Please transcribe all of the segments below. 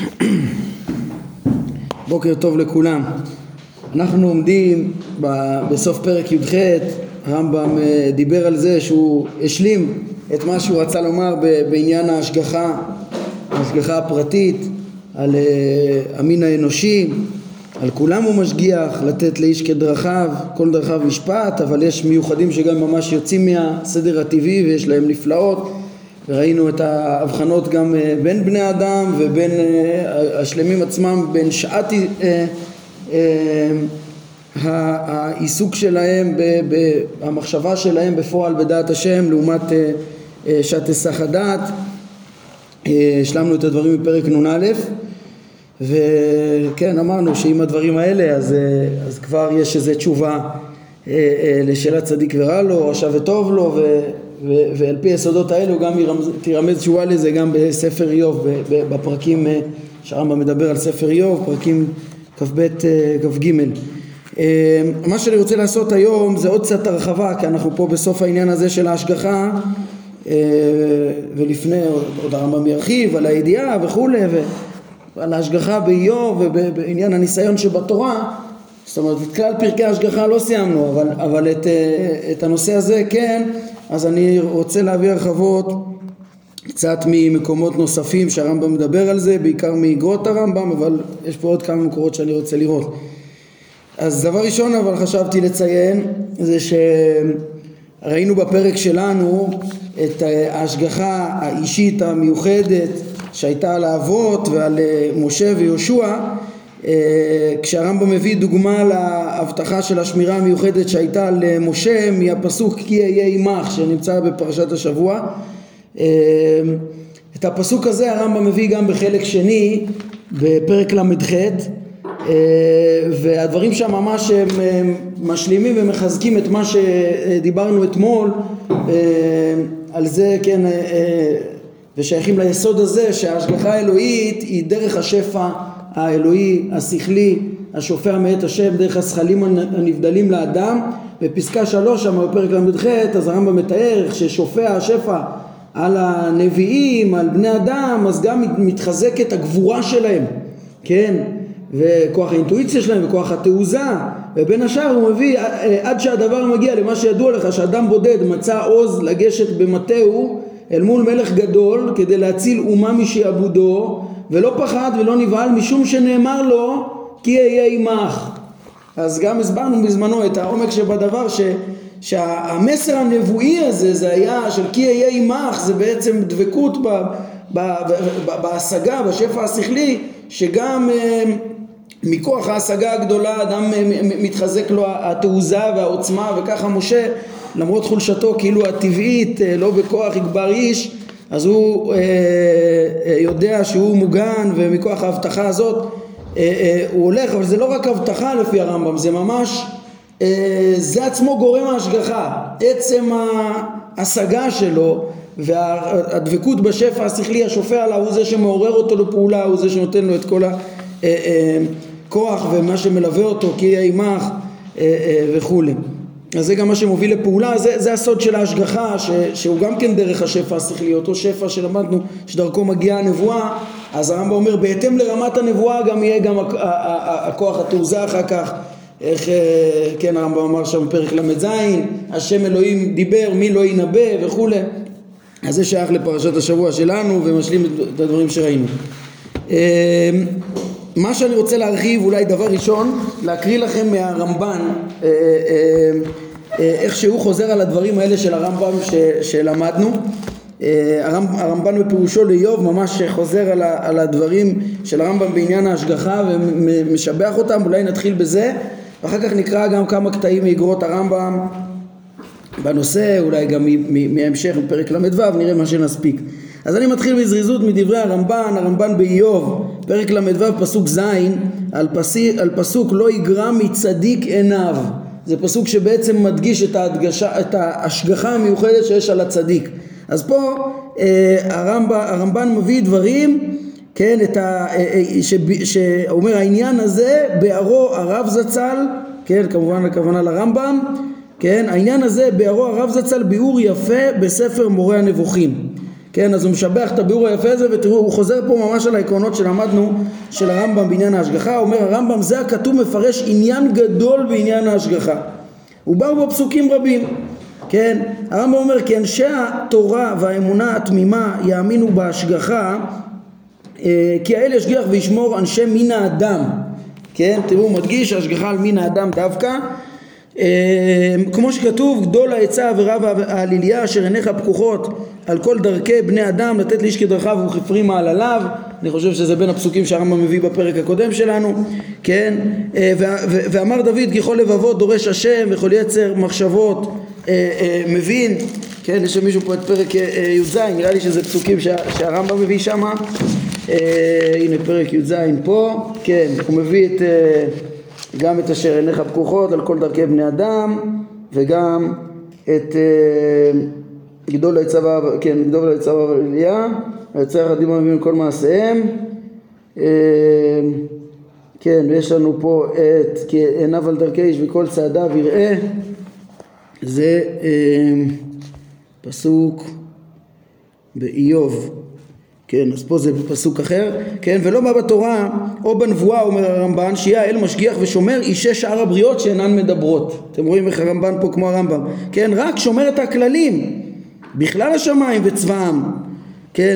בוקר טוב לכולם. אנחנו עומדים בסוף פרק י"ח. הרמב"ם דיבר על זה שהוא השלים את מה שהוא רצה לומר בעניין ההשגחה הפרטית, על המין האנושי, על כולם הוא משגיח, לתת לאיש כדרכיו, כל דרכיו משפט, אבל יש מיוחדים שגם ממש יוצאים מהסדר הטבעי ויש להם נפלאות, וראינו את ההבחנות גם בין בני אדם ובין השלמים עצמם, בין שעת העיסוק שלהם, המחשבה שלהם בפועל בדעת השם לעומת שעת היסח הדעת. השלמנו את הדברים בפרק נ"א, וכן אמרנו שאם הדברים האלה אז כבר יש איזו תשובה לשאלת צדיק ורע לו, רשע וטוב לו, ועל פי היסודות האלו גם תירמז תשובה לזה גם בספר איוב, בפרקים שהרמב"ם מדבר על ספר איוב, פרקים כ"ב כ"ג. מה שאני רוצה לעשות היום זה עוד קצת הרחבה, כי אנחנו פה בסוף העניין הזה של ההשגחה, ולפני עוד הרמב"ם ירחיב על הידיעה וכולי, ועל ההשגחה באיוב ובעניין הניסיון שבתורה. זאת אומרת, את כלל פרקי ההשגחה לא סיימנו, אבל את הנושא הזה כן. אז אני רוצה להביא הרחבות קצת ממקומות נוספים שהרמב"ם מדבר על זה, בעיקר מאגרות הרמב"ם, אבל יש פה עוד כמה מקורות שאני רוצה לראות. אז דבר ראשון אבל חשבתי לציין זה שראינו בפרק שלנו את ההשגחה האישית המיוחדת שהייתה על האבות ועל משה ויהושע, כשהרמב"ם מביא דוגמה להבטחה של השמירה המיוחדת שהייתה למשה מהפסוק כי אהיה עמך שנמצא בפרשת השבוע. את הפסוק הזה הרמב"ם מביא גם בחלק שני בפרק ל"ח, והדברים שם ממש הם משלימים ומחזקים את מה שדיברנו אתמול על זה, כן, ושייכים ליסוד הזה שההשגחה האלוהית היא דרך השפע האלוהי השכלי השופע מאת השם, דרך השכלים הנבדלים לאדם. בפסקה 3 שם בפרק ל"ח אז הרמב"ם מתאר ששופע השפע על הנביאים, על בני אדם, אז גם מתחזקת הגבורה שלהם, כן, וכוח האינטואיציה שלהם וכוח התעוזה, ובין השאר הוא מביא עד שהדבר מגיע למה שידוע לך, שאדם בודד מצא עוז לגשת במטהו אל מול מלך גדול כדי להציל אומה משעבודו, ולא פחד ולא נבהל משום שנאמר לו כי אהיה עמך. אז גם הסברנו בזמנו את העומק שבדבר, שהמסר הנבואי הזה זה היה של כי אהיה עמך, זה בעצם דבקות בהשגה, בשפע השכלי, שגם מכוח ההשגה הגדולה אדם מתחזק לו התעוזה והעוצמה, וככה משה למרות חולשתו כאילו הטבעית לא בכוח יגבר איש, אז הוא יודע שהוא מוגן, ומכוח ההבטחה הזאת הוא הולך. אבל זה לא רק הבטחה לפי הרמב"ם, זה ממש זה עצמו גורם ההשגחה, עצם ההשגה שלו והדבקות בשפע השכלי השופע עליו הוא זה שמעורר אותו לפעולה, הוא זה שנותן לו את כל הכוח ומה שמלווה אותו כי יהיה עמך וכו'. אז זה גם מה שמוביל לפעולה, זה הסוד של ההשגחה, שהוא גם כן דרך השפע השכלי, אותו שפע שלמדנו שדרכו מגיעה הנבואה. אז הרמב"ם אומר בהתאם לרמת הנבואה גם יהיה גם הכוח התעוזה אחר כך, איך כן הרמב"ם אמר שם פרק ל"ז, השם אלוהים דיבר מי לא ינבא וכו'. אז זה שייך לפרשת השבוע שלנו ומשלים את הדברים שראינו. מה שאני רוצה להרחיב, אולי דבר ראשון, להקריא לכם מהרמב"ן איך שהוא חוזר על הדברים האלה של הרמב"ם שלמדנו. הרמב"ן בפירושו לאיוב ממש חוזר על הדברים של הרמב"ם בעניין ההשגחה ומשבח אותם. אולי נתחיל בזה ואחר כך נקרא גם כמה קטעים מאגרות הרמב"ם בנושא, אולי גם מהמשך בפרק ל"ו, נראה מה שנספיק. אז אני מתחיל בזריזות מדברי הרמב"ן באיוב, פרק ל"ו פסוק ז', על פסוק לא יגרע מצדיק עיניו. זה פסוק שבעצם מדגיש את ההשגחה המיוחדת שיש על הצדיק. אז פה הרמב"ן מביא דברים, כן, שאומר העניין הזה בערו הרב זצ"ל, כן, כמובן הכוונה לרמב"ם, כן, העניין הזה בערו הרב זצ"ל ביאור יפה בספר מורה הנבוכים. כן, אז הוא משבח את הביאור היפה הזה, ותראו, הוא חוזר פה ממש על העקרונות שלמדנו של הרמב"ם בעניין ההשגחה. הוא אומר, הרמב"ם זה הכתוב מפרש עניין גדול בעניין ההשגחה. הוא בא בו פסוקים רבים, כן, הרמב"ם אומר, כי אנשי התורה והאמונה התמימה יאמינו בהשגחה, כי האל ישגיח וישמור אנשי מין האדם, כן, תראו, הוא מדגיש ההשגחה על מין האדם דווקא, כמו שכתוב, גדול העצה ורב העליליה אשר עיניך פקוחות על כל דרכי בני אדם לתת לאיש כדרכיו וכפרי מעלליו. אני חושב שזה בין הפסוקים שהרמב"ם מביא בפרק הקודם שלנו, כן, ואמר דוד כי כל לבבות דורש השם וכל יצר מחשבות מבין, כן, יש מישהו פה את פרק י"ז, נראה לי שזה פסוקים שהרמב"ם מביא שמה, הנה פרק י"ז פה, כן, הוא מביא גם את אשר עיניך פקוחות על כל דרכי בני אדם, וגם את גדול העצה, כן, גדול העצה והעליליה, היוצר אחדים מבין כל מעשיהם, כן, ויש לנו פה את כי עיניו על דרכי איש וכל צעדיו יראה, זה פסוק באיוב, כן, אז פה זה פסוק אחר, כן, ולא בא בתורה או בנבואה, אומר הרמב"ן, שיהיה האל משגיח ושומר אישי שאר הבריות שאינן מדברות. אתם רואים איך הרמב"ן פה כמו הרמב"ם, כן, רק שומר את הכללים בכלל השמיים וצבאם, כן,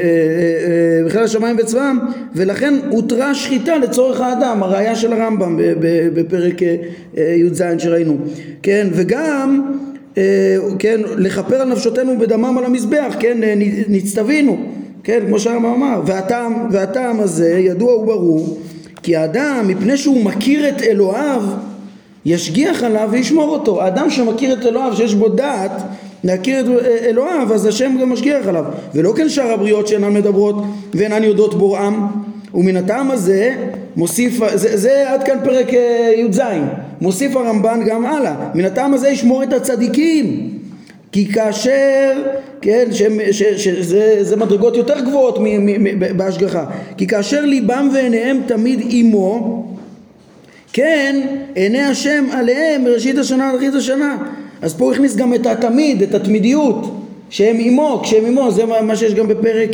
בכלל השמיים וצבאם, ולכן הותרה שחיטה לצורך האדם, הראיה של הרמב"ם בפרק י"ז שראינו, כן, וגם כן, לכפר על נפשותנו בדמם על המזבח, כן, נצטווינו, כן, כמו שהרמב"ם אמר, והטעם הזה ידוע וברור, כי האדם מפני שהוא מכיר את אלוהיו ישגיח עליו וישמור אותו. האדם שמכיר את אלוהיו, שיש בו דעת להכיר את אלוהיו, אז השם גם משגיח עליו, ולא כן שאר הבריות שאינן מדברות ואינן יודעות בוראם. ומן הטעם הזה מוסיף, זה עד כאן פרק י"ז, מוסיף הרמב"ן גם הלאה, מן הטעם הזה ישמור את הצדיקים, כי כאשר, כן, שזה מדרגות יותר גבוהות בהשגחה, כי כאשר ליבם ועיניהם תמיד עמו, כן, עיני השם עליהם מראשית השנה עד אחרית השנה. אז פה הכניס גם את התמיד, את התמידיות, שהם עמו, כשהם עמו, זה מה שיש גם בפרק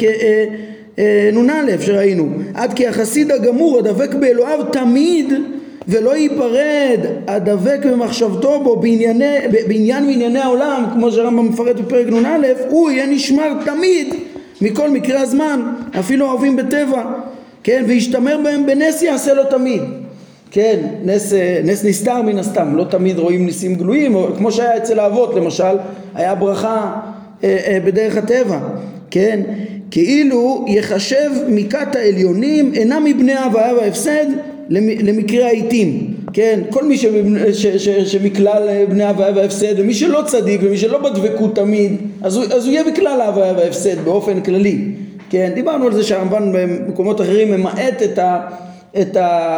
נ"א שראינו, עד כי החסיד הגמור הדבק באלוהיו תמיד ולא ייפרד, הדבק במחשבתו בו בעניין מענייני העולם, כמו שהרמב"ם מפרט בפרק נ"א, הוא יהיה נשמר תמיד מכל מקרה הזמן, אפילו אוהבים בטבע, כן, וישתמר בהם בנס יעשה לו תמיד, כן, נס נסתר מן הסתם, לא תמיד רואים ניסים גלויים, כמו שהיה אצל האבות למשל, היה ברכה בדרך הטבע, כן, כאילו יחשב מקת העליונים אינה מבני ההוויה וההפסד למקרה העיתים, כן, כל מי שמכלל בני ההוויה וההפסד, ומי שלא צדיק ומי שלא בדבקות תמיד, אז הוא יהיה בכלל ההוויה וההפסד באופן כללי, כן, דיברנו על זה שהרמב"ן במקומות אחרים ממעט את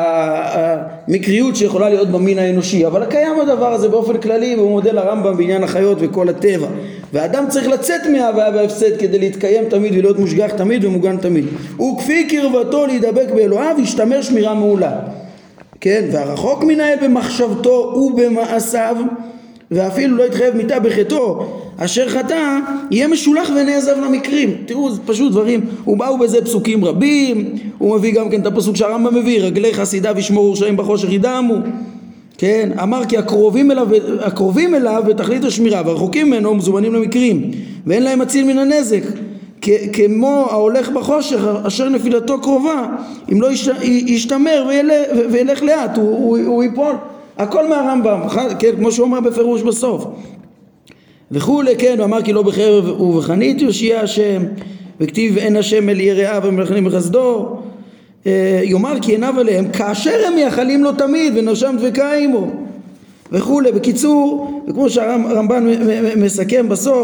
המקריות שיכולה להיות במין האנושי, אבל קיים הדבר הזה באופן כללי, והוא מודל הרמב"ם בעניין החיות וכל הטבע, והאדם צריך לצאת מההוויה וההפסד כדי להתקיים תמיד ולהיות מושגח תמיד ומוגן תמיד, וכפי קרבתו להידבק באלוהיו ישתמר שמירה מעולה, כן, והרחוק מן האל במחשבתו ובמעשיו, ואפילו לא יתחייב מיתה בחטאו אשר חטא, יהיה משולח ונעזב למקרים. תראו, זה פשוט דברים, הוא באו בזה פסוקים רבים, הוא מביא גם כן את הפסוק שהרמב"ם מביא, רגלי חסידיו ישמעו רשעים בחושך ידמו, כן, אמר כי הקרובים אליו בתכלית השמירה, והרחוקים ממנו מזומנים למקרים, ואין להם מציל מן הנזק, כמו ההולך בחושך אשר נפילתו קרובה, אם לא ישתמר וילך לאט, הוא ייפול. הכל מהרמב"ם, כן, כמו שהוא אומר בפירוש בסוף. וכולי, כן, הוא אמר כי לא בחרב ובחנית יושיע השם, וכתיב אין השם אל יראיו ומלחנים בחסדו, יאמר כי עיניו עליהם כאשר הם מייחלים לו תמיד ונפשם דבקה עמו, וכולי. בקיצור, וכמו שהרמב"ן מסכם בסוף,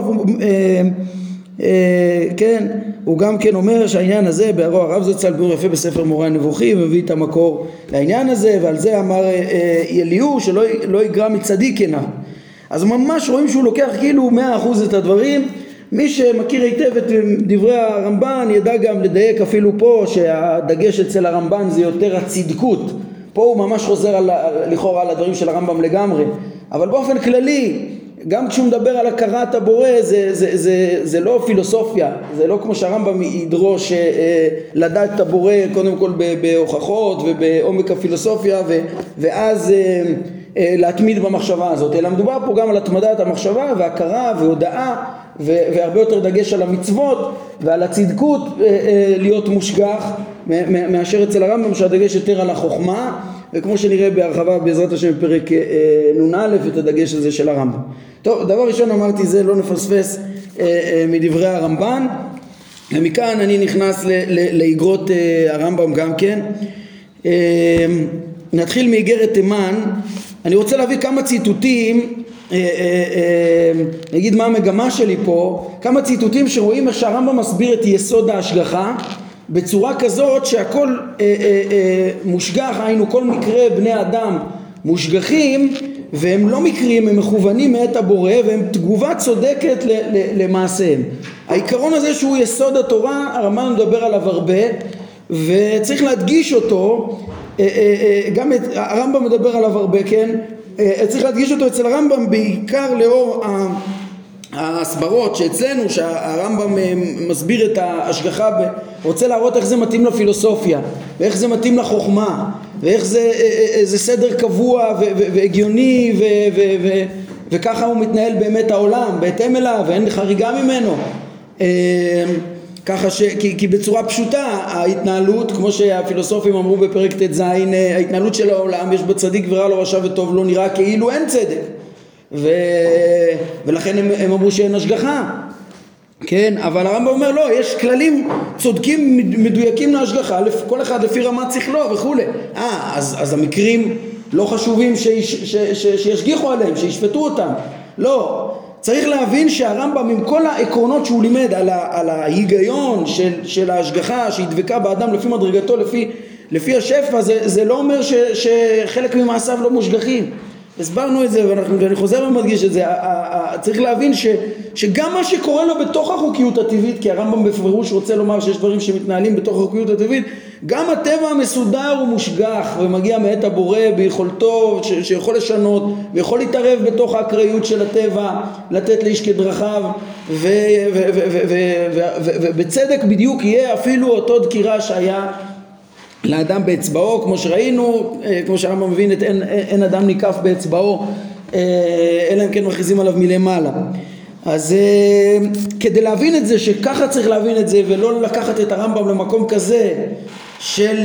כן, הוא גם כן אומר שהעניין הזה בהרו הרב זצ"ל ביאור יפה בספר מורה הנבוכים, מביא את המקור לעניין הזה, ועל זה אמר אליהו שלא יגרע מצדיק עיניו. אז ממש רואים שהוא לוקח כאילו 100% את הדברים. מי שמכיר היטב את דברי הרמב"ן ידע גם לדייק אפילו פה שהדגש אצל הרמב"ן זה יותר הצדקות. פה הוא ממש חוזר לכאורה על הדברים של הרמב"ם לגמרי, אבל באופן כללי גם כשהוא מדבר על הכרת הבורא זה לא פילוסופיה, זה לא כמו שהרמב"ם ידרוש לדעת את הבורא קודם כל בהוכחות ובעומק הפילוסופיה ואז להתמיד במחשבה הזאת, אלא מדובר פה גם על התמדת המחשבה והכרה והודעה והרבה יותר דגש על המצוות ועל הצדקות להיות מושגח מאשר אצל הרמב"ם שהדגש יותר על החוכמה, וכמו שנראה בהרחבה בעזרת השם בפרק נ"א את הדגש הזה של הרמב"ם. טוב, דבר ראשון אמרתי זה לא נפספס מדברי הרמב"ן, ומכאן אני נכנס לאגרות הרמב"ם גם כן. נתחיל מאיגרת תימן. אני רוצה להביא כמה ציטוטים, נגיד מה המגמה שלי פה, כמה ציטוטים שרואים איך שהרמב"ם מסביר את יסוד ההשגחה בצורה כזאת שהכל מושגח, היינו כל מקרה בני אדם מושגחים והם לא מקרים, הם מכוונים מאת הבורא והם תגובה צודקת למעשיהם. העיקרון הזה שהוא יסוד התורה, הרמב"ם מדבר עליו הרבה וצריך להדגיש אותו, גם הרמב"ם מדבר עליו הרבה, כן? צריך להדגיש אותו אצל הרמב"ם בעיקר לאור ההסברות שאצלנו, שהרמב"ם מסביר את ההשגחה, רוצה להראות איך זה מתאים לפילוסופיה ואיך זה מתאים לחוכמה ואיך זה סדר קבוע והגיוני וככה הוא מתנהל באמת העולם בהתאם אליו ואין חריגה ממנו, ככה כי בצורה פשוטה ההתנהלות, כמו שהפילוסופים אמרו בפרק ט"ז, ההתנהלות של העולם יש בצדיק ורע לו, רשע וטוב לא, נראה כאילו אין צדק ולכן הם אמרו שאין השגחה, כן? אבל הרמב"ם אומר לא, יש כללים צודקים מדויקים להשגחה, כל אחד לפי רמת שכלו וכו'. אז המקרים לא חשובים שישגיחו עליהם, שישפטו אותם, לא. צריך להבין שהרמב"ם עם כל העקרונות שהוא לימד על ההיגיון של ההשגחה שהדבקה באדם לפי מדרגתו, לפי השפע, זה לא אומר שחלק ממעשיו לא מושגחים. הסברנו את זה ואני חוזר ומדגיש את זה. צריך להבין שגם מה שקורה לו בתוך החוקיות הטבעית, כי הרמב"ם בפירוש רוצה לומר שיש דברים שמתנהלים בתוך החוקיות הטבעית, גם הטבע המסודר הוא מושגח ומגיע מאת הבורא ביכולתו שיכול לשנות ויכול להתערב בתוך האקראיות של הטבע, לתת לאיש כדרכיו ובצדק בדיוק יהיה אפילו אותו דקירה שהיה לאדם באצבעו, כמו שראינו, כמו שהרמב"ם מבין את אין אדם ניקף באצבעו אלא אם כן מכריזים עליו מלמעלה. אז כדי להבין את זה, שככה צריך להבין את זה ולא לקחת את הרמב"ם למקום כזה של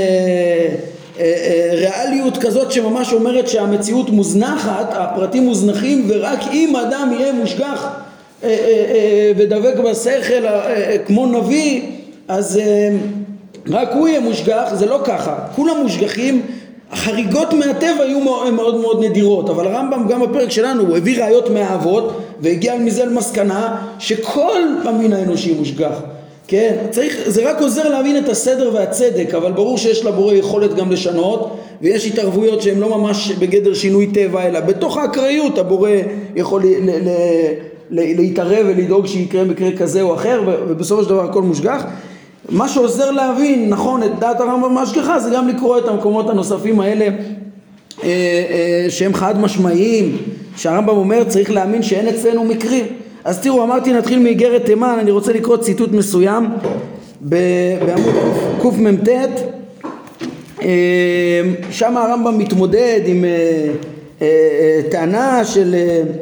ריאליות כזאת שממש אומרת שהמציאות מוזנחת, הפרטים מוזנחים ורק אם אדם יהיה מושגח ודבק בשכל כמו נביא אז רק הוא יהיה מושגח, זה לא ככה, כולם מושגחים, החריגות מהטבע היו מאוד מאוד נדירות, אבל הרמב"ם גם בפרק שלנו הוא הביא ראיות מהאבות והגיע מזה למסקנה שכל המין האנושי מושגח, כן? זה רק עוזר להבין את הסדר והצדק, אבל ברור שיש לבורא יכולת גם לשנות ויש התערבויות שהן לא ממש בגדר שינוי טבע אלא בתוך האקראיות הבורא יכול להתערב ולדאוג שיקרה מקרה כזה או אחר ובסופו של דבר הכל מושגח. מה שעוזר להבין נכון את דעת הרמב"ם בהשגחה זה גם לקרוא את המקומות הנוספים האלה שהם חד משמעיים, שהרמב"ם אומר צריך להאמין שאין אצלנו מקרים. אז תראו, אמרתי נתחיל מאיגרת תימן, אני רוצה לקרוא ציטוט מסוים בעמוד קמ"ט, שם הרמב"ם מתמודד עם טענה של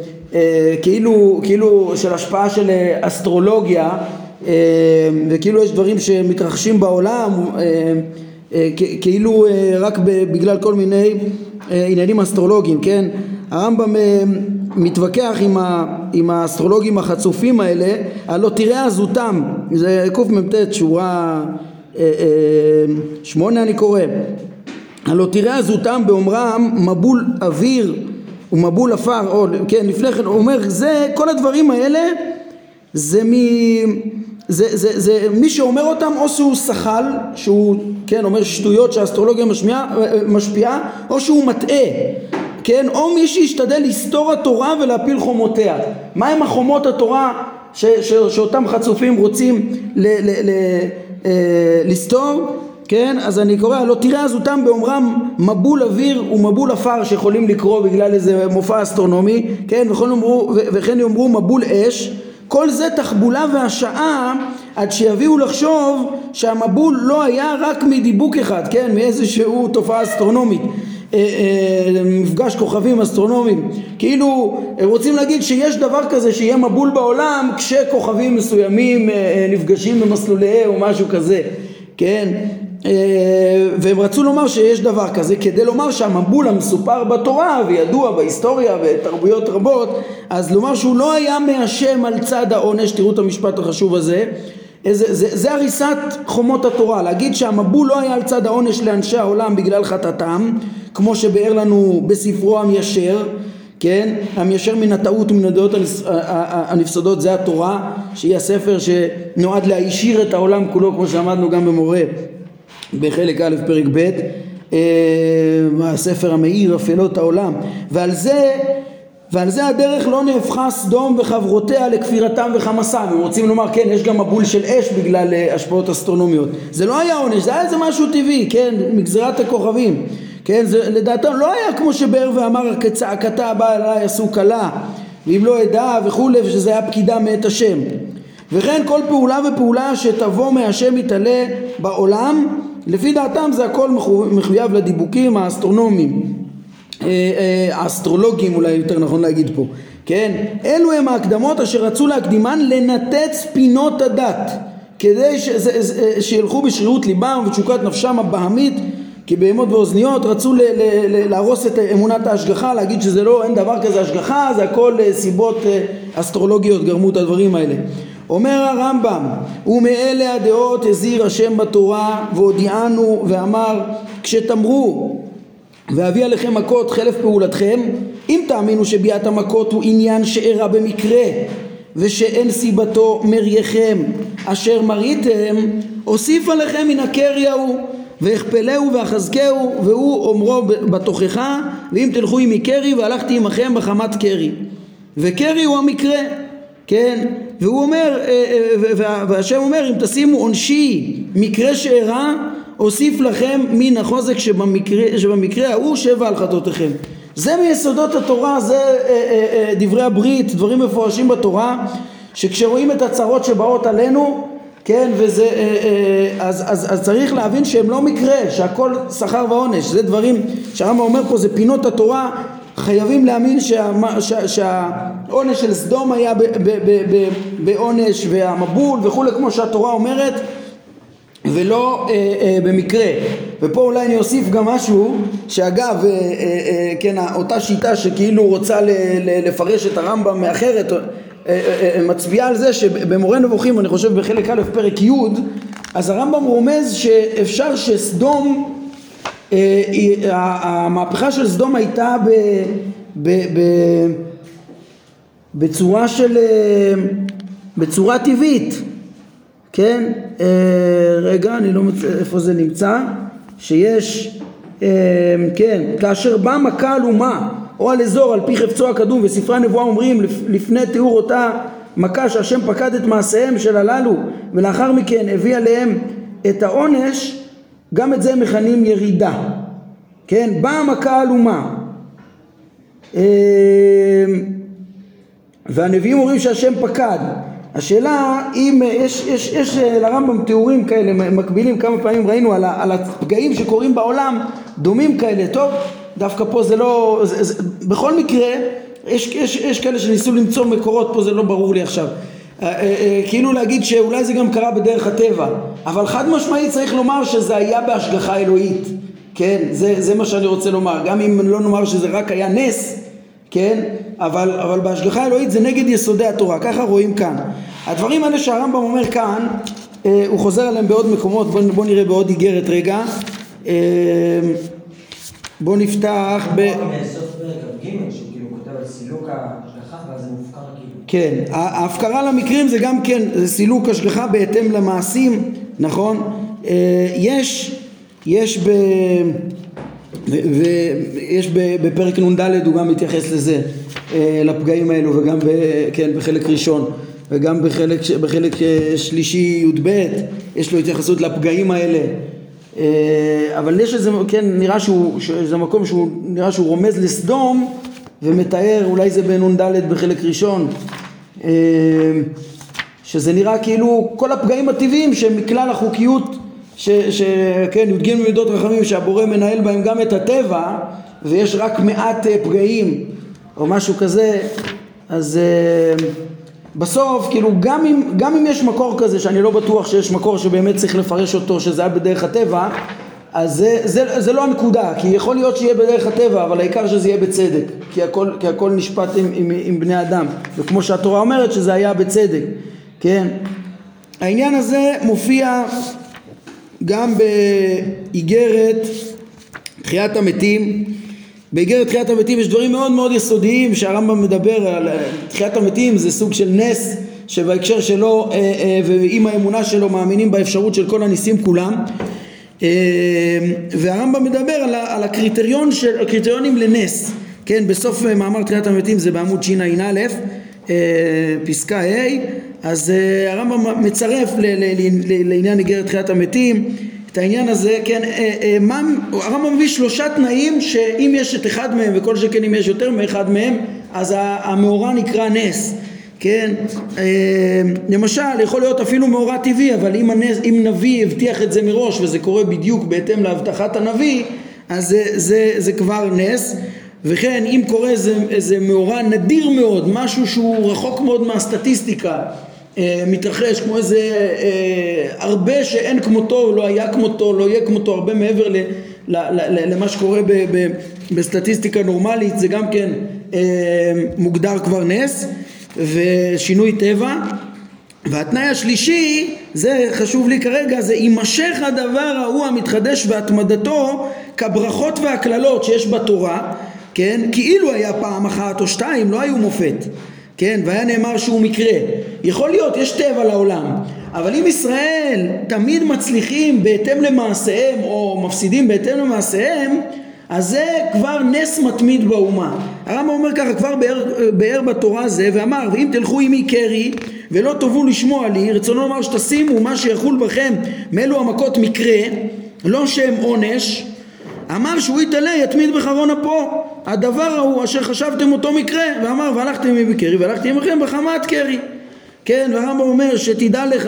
כאילו של השפעה של אסטרולוגיה, וכאילו יש דברים שמתרחשים בעולם כאילו רק בגלל כל מיני עניינים אסטרולוגיים, כן? הרמב"ם מתווכח עם האסטרולוגים החצופים האלה, הלא תראה עזותם, זה קמ"ט שורה 8 אני קורא, הלא תראה עזותם באומרם מבול אוויר ומבול אפר, כן, לפני כן הוא אומר זה כל הדברים האלה זה מי שאומר אותם או שהוא שחל, שהוא כן אומר שטויות שהאסטרולוגיה משפיעה, או שהוא מטעה, כן, או מי שישתדל לסתור התורה ולהפיל חומותיה. מה הם החומות התורה שאותם חצופים רוצים לסתור? כן, אז אני קורא, לא תראה עזותם באומרם מבול אוויר ומבול אפר, שיכולים לקרוא בגלל איזה מופע אסטרונומי, כן, וכן יאמרו מבול אש. כל זה תחבולה והשעה עד שיביאו לחשוב שהמבול לא היה רק מדיבוק אחד, כן, מאיזשהו תופעה אסטרונומית, מפגש כוכבים אסטרונומיים. כאילו רוצים להגיד שיש דבר כזה שיהיה מבול בעולם כשכוכבים מסוימים נפגשים במסלוליהם או משהו כזה, כן, והם רצו לומר שיש דבר כזה כדי לומר שהמבול המסופר בתורה וידוע בהיסטוריה ותרבויות רבות, אז לומר שהוא לא היה מהשם על צד העונש. תראו את המשפט החשוב הזה, זה הריסת חומות התורה, להגיד שהמבול לא היה על צד העונש לאנשי העולם בגלל חטאתם, כמו שבאר לנו בספרו המיישר, כן, המיישר מן הטעות ומן הדעות הנפסדות, זה התורה, שהיא הספר שנועד להישיר את העולם כולו, כמו שעמדנו גם במורה בחלק א' פרק ב', הספר המאיר אפלות העולם. ועל זה הדרך לא נהפכה סדום וחברותיה לכפירתם וחמסם. הם רוצים לומר, כן, יש גם מבול של אש בגלל השפעות אסטרונומיות. זה לא היה עונש, זה היה איזה משהו טבעי, כן, מגזרת הכוכבים. כן, זה לדעתם לא היה כמו שבאר ואמר כצעקתה הבאה אליי עשו קלה ואם לא ידע וכולי, ושזה היה פקידה מאת השם. וכן כל פעולה ופעולה שתבוא מהשם יתעלה בעולם, לפי דעתם זה הכל מחויב לדיבוקים האסטרונומיים, האסטרולוגים אולי יותר נכון להגיד פה, כן, אלו הם ההקדמות אשר רצו להקדימן לנתץ פינות הדת, כדי שילכו בשרירות ליבם ותשוקת נפשם הבהמית כבהמות ואוזניות. רצו להרוס את אמונת ההשגחה, להגיד שזה לא, אין דבר כזה השגחה, זה הכל סיבות אסטרולוגיות גרמו את הדברים האלה. אומר הרמב"ם, ומאלה הדעות הזהיר השם בתורה והודיענו ואמר, כשתאמרו ואביא עליכם מכות חלף פעולתכם, אם תאמינו שביאת המכות הוא עניין שאירע במקרה ושאין סיבתו מרייכם אשר מריתם, אוסיף עליכם מן הקריא הוא והכפלהו ואחזקהו, והוא אומרו בתוכחה, ואם תלכו עמי קרי והלכתי עמכם בחמת קרי. וקרי הוא המקרה, כן, והוא אומר, והשם אומר, אם תשימו עונשי מקרה שאירע, אוסיף לכם מן החוזק שבמקרה ההוא 7 על חטאותיכם. זה מיסודות התורה, זה דברי הברית, דברים מפורשים בתורה, שכשרואים את הצרות שבאות עלינו, כן, וזה, אז צריך להבין שהם לא מקרה, שהכל שכר ועונש. זה דברים שהרמב"ם אומר פה, זה פינות התורה. חייבים להאמין שהעונש של סדום היה בעונש והמבול וכו', כמו שהתורה אומרת, ולא במקרה. ופה אולי אני אוסיף גם משהו, שאגב, כן, אותה שיטה שכאילו רוצה לפרש את הרמב"ם מאחרת, מצביעה על זה שבמורה נבוכים, אני חושב בחלק א' פרק י', אז הרמב"ם רומז שאפשר שסדום, המהפכה של סדום הייתה בצורה של, בצורה טבעית, כן, רגע, אני לא מצא איפה זה נמצא, שיש, כן, כאשר בא מכה על אומה או על אזור על פי חפצו הקדום, וספרי הנבואה אומרים לפני תיאור אותה מכה שהשם פקד את מעשיהם של הללו ולאחר מכן הביא עליהם את העונש, גם את זה מכנים ירידה, כן, באה מכה על אומה, והנביאים אומרים שהשם פקד. השאלה אם יש לרמב"ם תיאורים כאלה מקבילים, כמה פעמים ראינו על הפגעים שקורים בעולם דומים כאלה. טוב, דווקא פה זה לא, בכל מקרה יש כאלה שניסו למצוא מקורות, פה זה לא ברור לי עכשיו, כאילו להגיד שאולי זה גם קרה בדרך הטבע, אבל חד משמעית צריך לומר שזה היה בהשגחה אלוהית, כן, זה מה שאני רוצה לומר, גם אם לא נאמר שזה רק היה נס, כן, אבל בהשגחה אלוהית זה נגד יסודי התורה, ככה רואים כאן. הדברים האלה שהרמב"ם אומר כאן, הוא חוזר עליהם בעוד מקומות, בוא נראה בעוד איגרת רגע, בוא נפתח בסוף פרק ג' שהוא כאילו כותב על סילוק ההשגחה, ואז זה מופקר כאילו. כן, ההפקרה למקרים זה גם כן, זה סילוק השגחה בהתאם למעשים, נכון? יש בפרק נ"ד הוא גם מתייחס לזה, לפגעים האלו, וגם כן, בחלק ראשון וגם בחלק שלישי י"ב יש לו התייחסות לפגעים האלה, אבל יש איזה, כן, נראה שזה מקום נראה שהוא רומז לסדום ומתאר, אולי זה בנ"ד בחלק ראשון, שזה נראה כאילו כל הפגעים הטבעיים שמכלל החוקיות שכן, י"ג מידות רחמים שהבורא מנהל בהם גם את הטבע, ויש רק מעט פגעים או משהו כזה, אז בסוף כאילו גם אם יש מקור כזה, שאני לא בטוח שיש מקור שבאמת צריך לפרש אותו שזה היה בדרך הטבע, אז זה לא הנקודה, כי יכול להיות שיהיה בדרך הטבע, אבל העיקר שזה יהיה בצדק, כי הכל נשפט עם בני אדם, וכמו שהתורה אומרת שזה היה בצדק, כן? העניין הזה מופיע גם באיגרת תחיית המתים. באיגרת תחיית המתים יש דברים מאוד מאוד יסודיים שהרמב"ם מדבר על תחיית המתים. זה סוג של נס שבהקשר שלו ועם האמונה שלו מאמינים באפשרות של כל הניסים כולם, והרמב"ם מדבר על הקריטריונים לנס, כן? בסוף מאמר תחיית המתים, זה בעמוד שע"א פסקה ה', אז הרמב"ם מצרף לעניין איגרת תחיית המתים את העניין הזה, כן? הרמב"ם מביא 3 תנאים שאם יש את אחד מהם, וכל שכן אם יש יותר מאחד מהם, אז המאורע נקרא נס, כן? למשל יכול להיות אפילו מאורע טבעי, אבל אם נביא הבטיח את זה מראש וזה קורה בדיוק בהתאם להבטחת הנביא, אז זה כבר נס. וכן אם קורה איזה מאורע נדיר מאוד, משהו שהוא רחוק מאוד מהסטטיסטיקה, מתרחש כמו איזה הרבה שאין כמותו, לא היה כמותו, לא יהיה כמותו, הרבה מעבר למה שקורה בסטטיסטיקה נורמלית, זה גם כן מוגדר כבר נס ושינוי טבע. והתנאי השלישי, זה חשוב לי כרגע, זה יימשך הדבר ההוא המתחדש והתמדתו כברכות והכללות שיש בתורה, כן? כאילו היה פעם אחת או שתיים, לא היו מופת, כן? והיה נאמר שהוא מקרה. יכול להיות, יש טבע לעולם, אבל אם ישראל תמיד מצליחים בהתאם למעשיהם או מפסידים בהתאם למעשיהם, אז זה כבר נס מתמיד באומה. הרמב"ם אומר ככה, כבר באר בתורה זה, ואמר, ואם תלכו עמי קרי ולא תאבו לשמוע לי, רצונו לומר שתשימו מה שיחול בכם מאלו המכות מקרה, לא שם עונש, אמר שהוא יתעלה יתמיד בחרון אפו, הדבר ההוא אשר חשבתם אותו מקרה, ואמר והלכתם עמי בקרי והלכתי עמכם בחמת קרי, כן? והרמב"ם אומר שתדע לך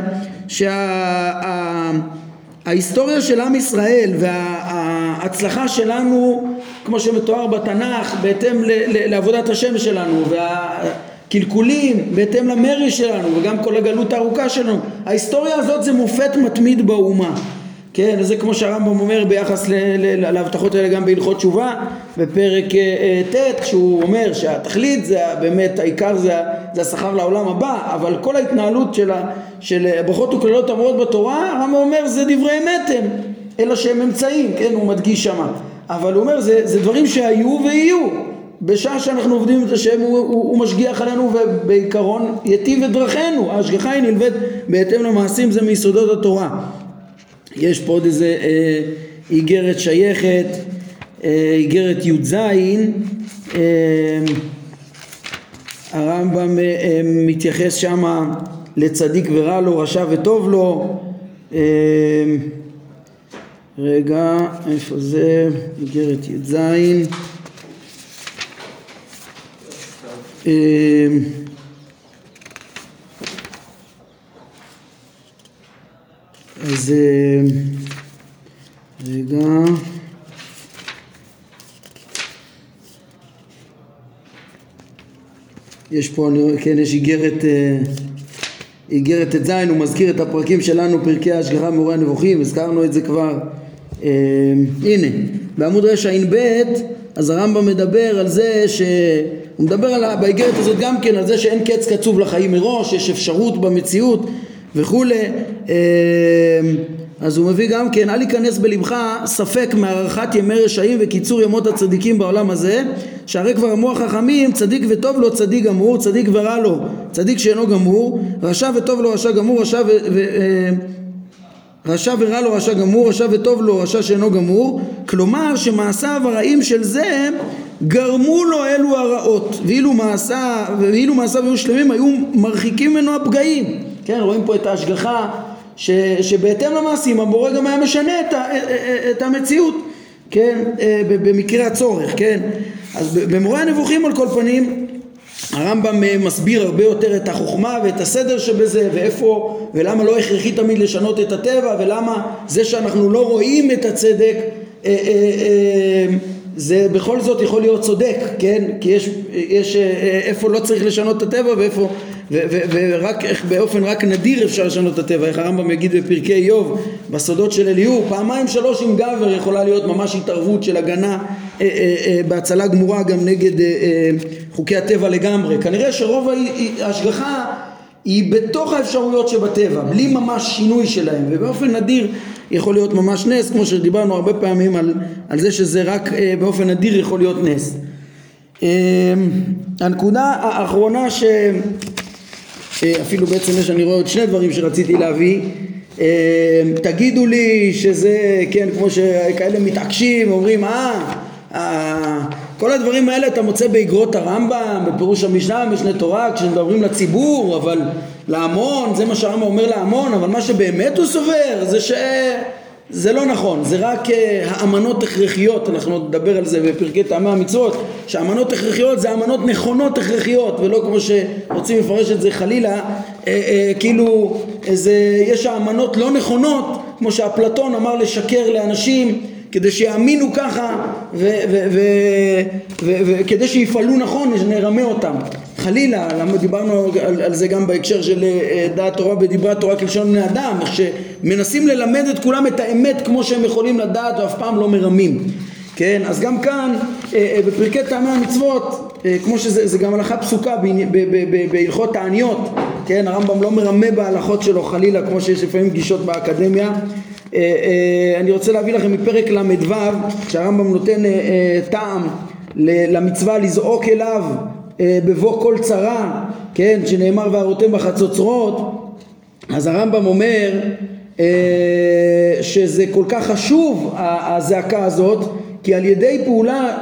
ההיסטוריה של עם ישראל וההצלחה שלנו, כמו שמתואר בתנ"ך, בהתאם לעבודת השם שלנו, והקלקולים בהתאם למרי שלנו, וגם כל הגלות הארוכה שלנו, ההיסטוריה הזאת זה מופת מתמיד באומה, כן? וזה כמו שהרמב"ם אומר ביחס להבטחות האלה גם בהלכות תשובה בפרק ט', כשהוא אומר שהתכלית זה באמת, העיקר זה השכר לעולם הבא, אבל כל ההתנהלות של ברכות וכללות אמורות בתורה, הרמב"ם אומר זה דברי אמת הם, אלא שהם אמצעים, כן? הוא מדגיש שמה, אבל הוא אומר זה דברים שהיו ויהיו, בשעה שאנחנו עובדים את השם הוא משגיח עלינו, ובעיקרון יטיב את דרכינו, ההשגחה היא נלווית בהתאם למעשים, זה מיסודות התורה. יש פה עוד איזה איגרת שייכת, איגרת י"ז, הרמב"ם מתייחס שמה לצדיק ורע לו, רשע וטוב לו. רגע, איפה זה? איגרת י"ז. אז רגע, יש פה, כן, יש איגרת את זין, הוא מזכיר את הפרקים שלנו, פרקי ההשגחה מאורי הנבוכים, הזכרנו את זה כבר. הנה, בעמוד רע"ב, אז הרמב"ם מדבר על זה הוא מדבר באיגרת הזאת גם כן על זה שאין קץ קצוב לחיים מראש, יש אפשרות במציאות וכולי. אז הוא מביא גם כן, אל ייכנס בלבך ספק מהארכת ימי רשעים וקיצור ימות הצדיקים בעולם הזה, שהרי כבר אמרו החכמים, צדיק וטוב לו צדיק גמור, צדיק ורע לו צדיק שאינו גמור, רשע וטוב לו רשע גמור, רשע ורע לו רשע גמור, רשע וטוב לו רשע שאינו גמור. כלומר שמעשיו הרעים של זה גרמו לו אלו הרעות, ואילו מעשיו היו שלמים היו מרחיקים ממנו הפגעים, כן? רואים פה את ההשגחה שבהתאם למעשים הבורא גם היה משנה את המציאות, כן, במקרה הצורך, כן. אז במורה הנבוכים על כל פנים הרמב"ם מסביר הרבה יותר את החוכמה ואת הסדר שבזה, ואיפה ולמה לא הכרחי תמיד לשנות את הטבע, ולמה זה שאנחנו לא רואים את הצדק זה בכל זאת יכול להיות צודק, כן? כי יש איפה לא צריך לשנות את הטבע ואיפה ורק איך באופן רק נדיר אפשר לשנות את הטבע. איך הרמב"ם יגיד בפרקי איוב בסודות של אליהו, פעמיים שלוש עם גבר יכולה להיות ממש התערבות של הגנה בהצלה גמורה גם נגד חוקי הטבע לגמרי. כנראה שרוב ההשגחה היא בתוך האפשרויות שבטבע, בלי ממש שינוי שלהם, ובאופן נדיר יכול להיות ממש נס, כמו שדיברנו הרבה פעמים על זה שזה רק באופן נדיר יכול להיות נס. הנקודה האחרונה אפילו בעצם יש, אני רואה עוד שני דברים שרציתי להביא. תגידו לי שזה, כן, כמו שכאלה מתעקשים אומרים כל הדברים האלה אתה מוצא באגרות הרמב"ם, בפירוש המשנה, משנה תורה, כשמדברים לציבור, אבל להמון, זה מה שהרמב"ם אומר להמון, אבל מה שבאמת הוא סובר זה זה לא נכון, זה רק האמנות הכרחיות. אנחנו נדבר על זה בפרקי טעמי המצוות, שהאמנות הכרחיות זה האמנות נכונות הכרחיות, ולא כמו שרוצים לפרש את זה חלילה, כאילו יש האמנות לא נכונות, כמו שאפלטון אמר לשקר לאנשים כדי שיאמינו ככה וכדי שיפעלו נכון נרמה אותם. חלילה, למה דיברנו על זה גם בהקשר של דעת תורה בדיברת תורה כלשון בני אדם, שמנסים ללמד את כולם את האמת כמו שהם יכולים לדעת ואף פעם לא מרמים, כן? אז גם כאן בפרקי טעמי המצוות, כמו שזה גם הלכה פסוקה בהלכות תעניות, כן? הרמב"ם לא מרמה בהלכות שלו חלילה כמו שיש לפעמים פגישות באקדמיה. אני רוצה להביא לכם מפרק למדו, כשהרמב"ם נותן טעם למצווה לזעוק אליו בבוא כל צרה, כן, שנאמר והראותם בחצוצרות. אז הרמב"ם אומר שזה כל כך חשוב הזעקה הזאת, כי על ידי פעולה,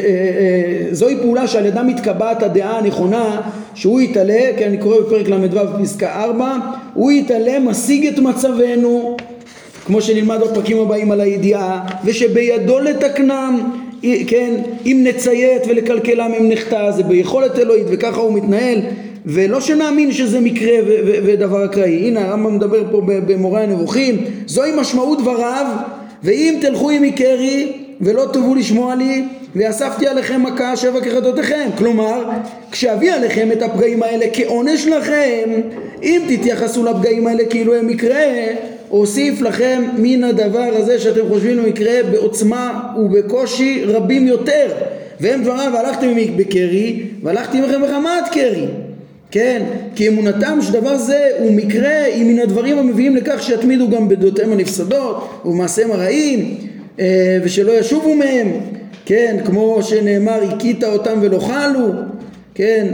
זוהי פעולה שעל ידה מתקבעת הדעה הנכונה, שהוא יתעלה, כן, אני קורא בפרק למדו בפסקה 4, הוא יתעלה משיג את מצבנו, כמו שנלמד בפרקים הבאים על הידיעה, ושבידו לתקנם, כן, אם נציית ולקלקלם אם נחטא, זה ביכולת אלוהית, וככה הוא מתנהל, ולא שנאמין שזה מקרה ודבר אקראי. הנה הרמב"ם מדבר פה במורה הנבוכים, זוהי משמעות דבריו, ואם תלכו עמי קרי ולא תבואו לשמוע לי, ואספתי עליכם מכה 7 כחטאותיכם. כלומר, כשאביא עליכם את הפגעים האלה כעונש לכם, אם תתייחסו לפגעים האלה כאילו הם מקרה, אוסיף לכם מן הדבר הזה שאתם חושבים הוא יקרה בעוצמה ובקושי רבים יותר. והם דבריו, והלכתם עמי בקרי והלכתי עמכם בחמת קרי, כן, כי אמונתם שדבר זה הוא מקרה היא מן הדברים המביאים לכך שיתמידו גם בדעותיהם הנפסדות ובמעשיהם הרעים, ושלא ישובו מהם, כן, כמו שנאמר הכית אותם ולא חלו, כן,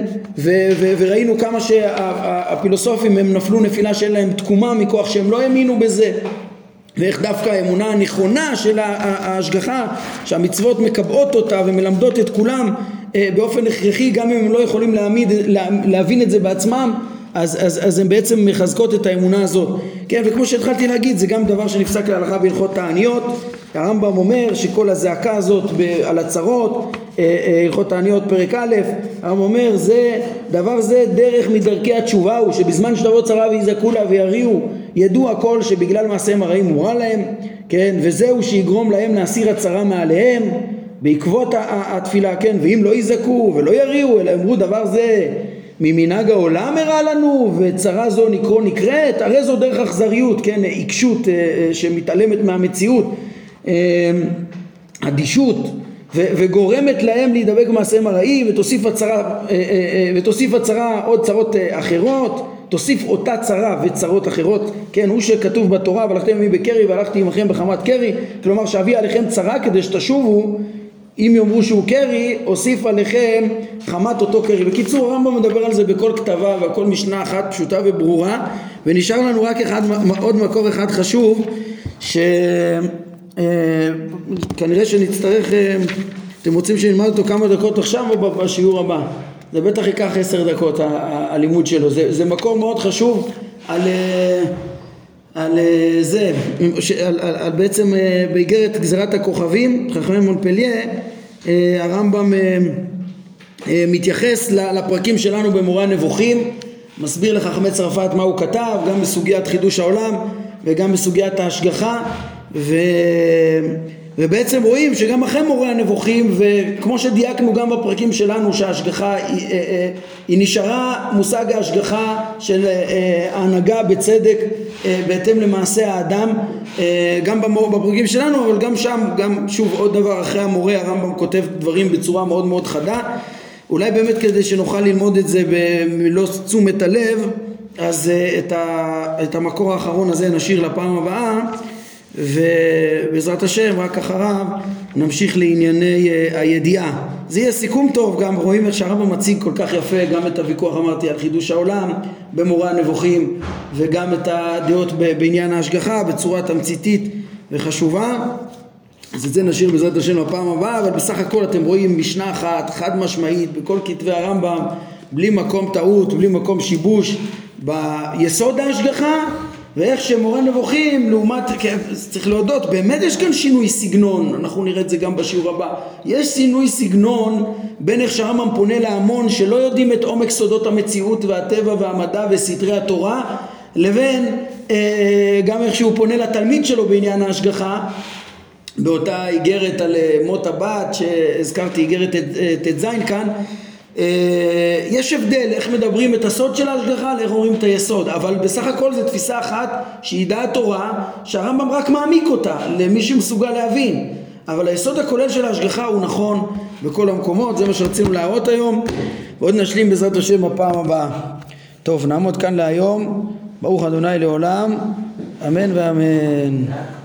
וראינו כמה שהפילוסופים הם נפלו נפילה שאין להם תקומה מכוח שהם לא האמינו בזה, ואיך דווקא האמונה הנכונה של ההשגחה שהמצוות מקבעות אותה ומלמדות את כולם באופן הכרחי, גם אם הם לא יכולים להבין את זה בעצמם, אז הם בעצם מחזקות את האמונה הזאת, כן. וכמו שהתחלתי להגיד, זה גם דבר שנפסק להלכה בהלכות תעניות. הרמב"ם אומר שכל הזעקה הזאת על הצרות, הלכות תעניות פרק א', הרמב"ם אומר דבר זה דרך מדרכי התשובה הוא, שבזמן שתבוא צרה ויזעקו לה ויריעו ידעו הכל שבגלל מעשיהם הרעים מורא להם, כן, וזהו שיגרום להם להסיר הצרה מעליהם בעקבות התפילה, כן. ואם לא יזעקו ולא יריעו אלא אמרו דבר זה ממנהג העולם הראה לנו וצרה זו נקראת, הרי זו דרך אכזריות, כן, עיקשות שמתעלמת מהמציאות, אדישות, וגורמת להם להידבק במעשיהם הרעים, ותוסיף הצרה עוד צרות אחרות, תוסיף אותה צרה וצרות אחרות, כן, הוא שכתוב בתורה והלכתם עמי בקרי והלכתי עמכם בחמת קרי, כלומר שאביא עליכם צרה כדי שתשובו, אם יאמרו שהוא קרי, אוסיף עליכם חמת אותו קרי. בקיצור, הרמב"ם מדבר על זה בכל כתבה והכל משנה אחת פשוטה וברורה, ונשאר לנו רק עוד מקור אחד חשוב, כנראה שנצטרך, אתם רוצים שנלמד אותו כמה דקות עכשיו או בשיעור הבא? זה בטח ייקח 10 דקות הלימוד שלו. זה מקור מאוד חשוב על זה, על בעצם באיגרת גזירת הכוכבים, חכמי מונפליה, הרמב"ם מתייחס לפרקים שלנו במורה הנבוכים, מסביר לחכמי צרפת מה הוא כתב, גם בסוגיית חידוש העולם וגם בסוגיית ההשגחה, ובעצם רואים שגם אחרי מורה הנבוכים, וכמו שדייקנו גם בפרקים שלנו שההשגחה היא נשארה מושג ההשגחה של ההנהגה בצדק בהתאם למעשה האדם, גם בפרקים שלנו, אבל גם שם, גם שוב עוד דבר, אחרי המורה הרמב"ם כותב דברים בצורה מאוד מאוד חדה. אולי באמת כדי שנוכל ללמוד את זה במלוא תשומת הלב, אז את המקור האחרון הזה נשאיר לפעם הבאה, ובעזרת השם רק אחריו נמשיך לענייני הידיעה. זה יהיה סיכום טוב, גם רואים איך שהרמב"ם מציג כל כך יפה גם את הוויכוח, אמרתי, על חידוש העולם במורה הנבוכים, וגם את הדעות בעניין ההשגחה בצורה תמציתית וחשובה. אז את זה נשאיר בעזרת השם לפעם הבאה, אבל בסך הכל אתם רואים משנה אחת חד משמעית בכל כתבי הרמב"ם, בלי מקום טעות, בלי מקום שיבוש ביסוד ההשגחה, ואיך שמורה נבוכים לעומת, צריך להודות, באמת יש כאן שינוי סגנון, אנחנו נראה את זה גם בשיעור הבא, יש שינוי סגנון בין איך שהרמב"ם פונה להמון שלא יודעים את עומק סודות המציאות והטבע והמדע וסתרי התורה, לבין גם איך שהוא פונה לתלמיד שלו בעניין ההשגחה, באותה איגרת על מות הבת שהזכרתי, איגרת תז כאן, יש הבדל איך מדברים את הסוד של ההשגחה לאיך אומרים את היסוד, אבל בסך הכל זה תפיסה אחת שהיא דעת תורה שהרמב"ם רק מעמיק אותה למי שמסוגל להבין, אבל היסוד הכולל של ההשגחה הוא נכון בכל המקומות. זה מה שרצינו להראות היום, ועוד נשלים בעזרת השם בפעם הבאה. טוב, נעמוד כאן להיום. ברוך ה' לעולם, אמן ואמן.